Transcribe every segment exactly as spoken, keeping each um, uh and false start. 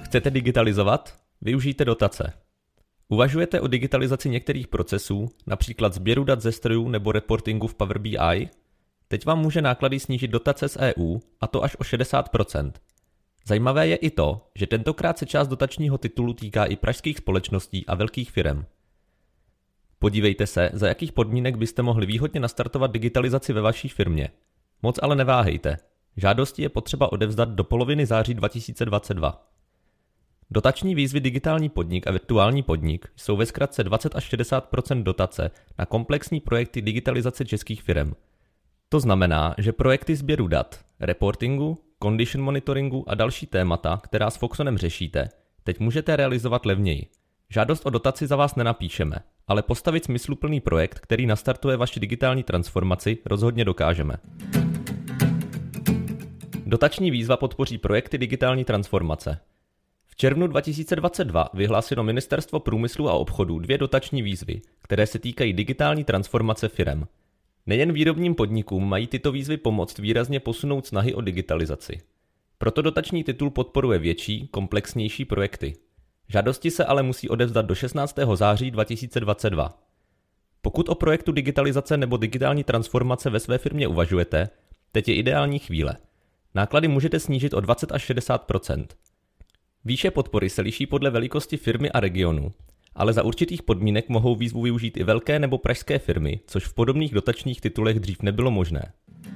Chcete digitalizovat? Využijte dotace. Uvažujete o digitalizaci některých procesů, například sběru dat ze strojů nebo reportingu v Power B I? Teď vám může náklady snížit dotace z E U, a to až o šedesát procent. Zajímavé je i to, že tentokrát se část dotačního titulu týká i pražských společností a velkých firem. Podívejte se, za jakých podmínek byste mohli výhodně nastartovat digitalizaci ve vaší firmě. Moc ale neváhejte. Žádosti je potřeba odevzdat do poloviny září dva tisíce dvacet dva. Dotační výzvy Digitální podnik a Virtuální podnik jsou ve zkratce dvacet až šedesát procent dotace na komplexní projekty digitalizace českých firem. To znamená, že projekty sběru dat, reportingu, condition monitoringu a další témata, která s Foxonem řešíte, teď můžete realizovat levněji. Žádost o dotaci za vás nenapíšeme, ale postavit smysluplný projekt, který nastartuje vaši digitální transformaci, rozhodně dokážeme. Dotační výzva podpoří projekty digitální transformace. V červnu dva tisíce dvacet dva vyhlásilo Ministerstvo průmyslu a obchodu dvě dotační výzvy, které se týkají digitální transformace firem. Nejen výrobním podnikům mají tyto výzvy pomoct výrazně posunout snahy o digitalizaci. Proto dotační titul podporuje větší, komplexnější projekty. Žádosti se ale musí odevzdat do šestnáctého září dva tisíce dvacet dva. Pokud o projektu digitalizace nebo digitální transformace ve své firmě uvažujete, teď je ideální chvíle. Náklady můžete snížit o dvacet až šedesát procent. Výše podpory se liší podle velikosti firmy a regionu, ale za určitých podmínek mohou výzvu využít i velké nebo pražské firmy, což v podobných dotačních titulech dřív nebylo možné.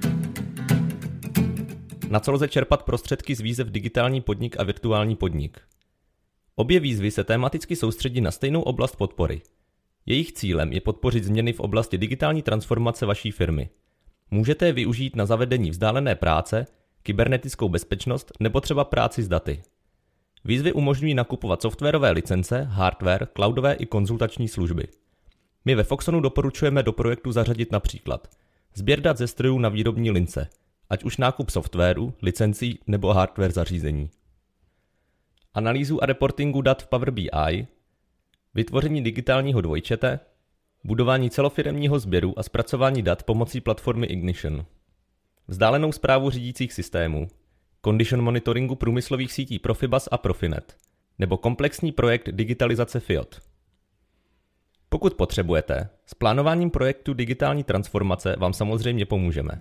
Na co lze čerpat prostředky z výzev Digitální podnik a Virtuální podnik? Obě výzvy se tematicky soustředí na stejnou oblast podpory. Jejich cílem je podpořit změny v oblasti digitální transformace vaší firmy. Můžete je využít na zavedení vzdálené práce, kybernetickou bezpečnost nebo třeba práci s daty. Výzvy umožňují nakupovat softwarové licence, hardware, cloudové i konzultační služby. My ve Foxonu doporučujeme do projektu zařadit například sběr dat ze strojů na výrobní lince, ať už nákup softwaru, licencí nebo hardware zařízení. Analýzu a reportingu dat v Power B I, vytvoření digitálního dvojčete, budování celofiremního sběru a zpracování dat pomocí platformy Ignition. Vzdálenou správu řídících systémů, condition monitoringu průmyslových sítí Profibus a Profinet, nebo komplexní projekt digitalizace Fiat. Pokud potřebujete, s plánováním projektu digitální transformace vám samozřejmě pomůžeme.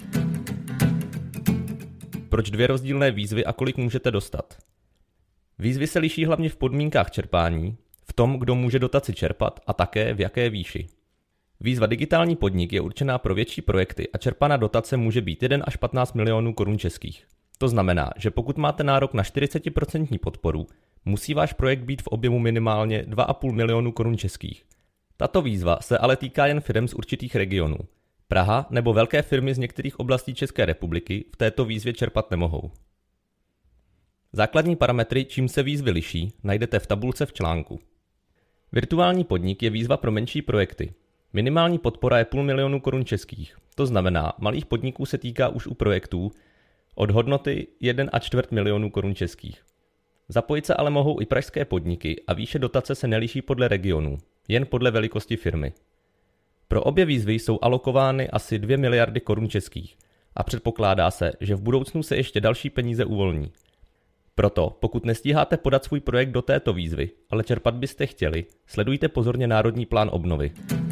Proč dvě rozdílné výzvy a kolik můžete dostat? Výzvy se liší hlavně v podmínkách čerpání, v tom, kdo může dotaci čerpat a také v jaké výši. Výzva Digitální podnik je určená pro větší projekty a čerpaná dotace může být jeden až patnáct milionů korun českých. To znamená, že pokud máte nárok na čtyřicet procent podporu, musí váš projekt být v objemu minimálně dva a půl milionu korun českých. Tato výzva se ale týká jen firem z určitých regionů. Praha nebo velké firmy z některých oblastí České republiky v této výzvě čerpat nemohou. Základní parametry, čím se výzvy liší, najdete v tabulce v článku. Virtuální podnik je výzva pro menší projekty. Minimální podpora je půl milionu korun českých. To znamená, malých podniků se týká už u projektů od hodnoty jeden a čtvrt milionu korun českých. Zapojit se ale mohou i pražské podniky a výše dotace se neliší podle regionu, jen podle velikosti firmy. Pro obě výzvy jsou alokovány asi dvě miliardy korun českých a předpokládá se, že v budoucnu se ještě další peníze uvolní. Proto, pokud nestíháte podat svůj projekt do této výzvy, ale čerpat byste chtěli, sledujte pozorně Národní plán obnovy.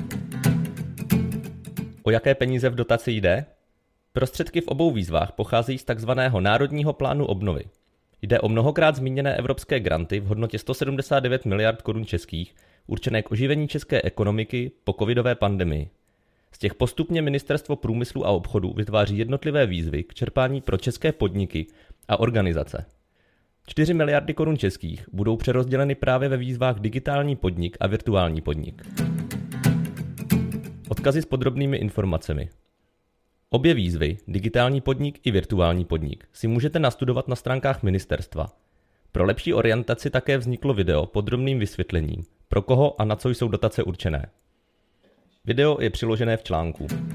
O jaké peníze v dotaci jde? Prostředky v obou výzvách pocházejí z tzv. Národního plánu obnovy. Jde o mnohokrát zmíněné evropské granty v hodnotě sto sedmdesát devět miliard korun českých, určené k oživení české ekonomiky po covidové pandemii. Z těch postupně Ministerstvo průmyslu a obchodu vytváří jednotlivé výzvy k čerpání pro české podniky a organizace. čtyři miliardy korun českých budou přerozděleny právě ve výzvách Digitální podnik a Virtuální podnik. Odkazy s podrobnými informacemi. Obě výzvy, Digitální podnik i Virtuální podnik, si můžete nastudovat na stránkách ministerstva. Pro lepší orientaci také vzniklo video podrobným vysvětlením, pro koho a na co jsou dotace určené. Video je přiložené v článku.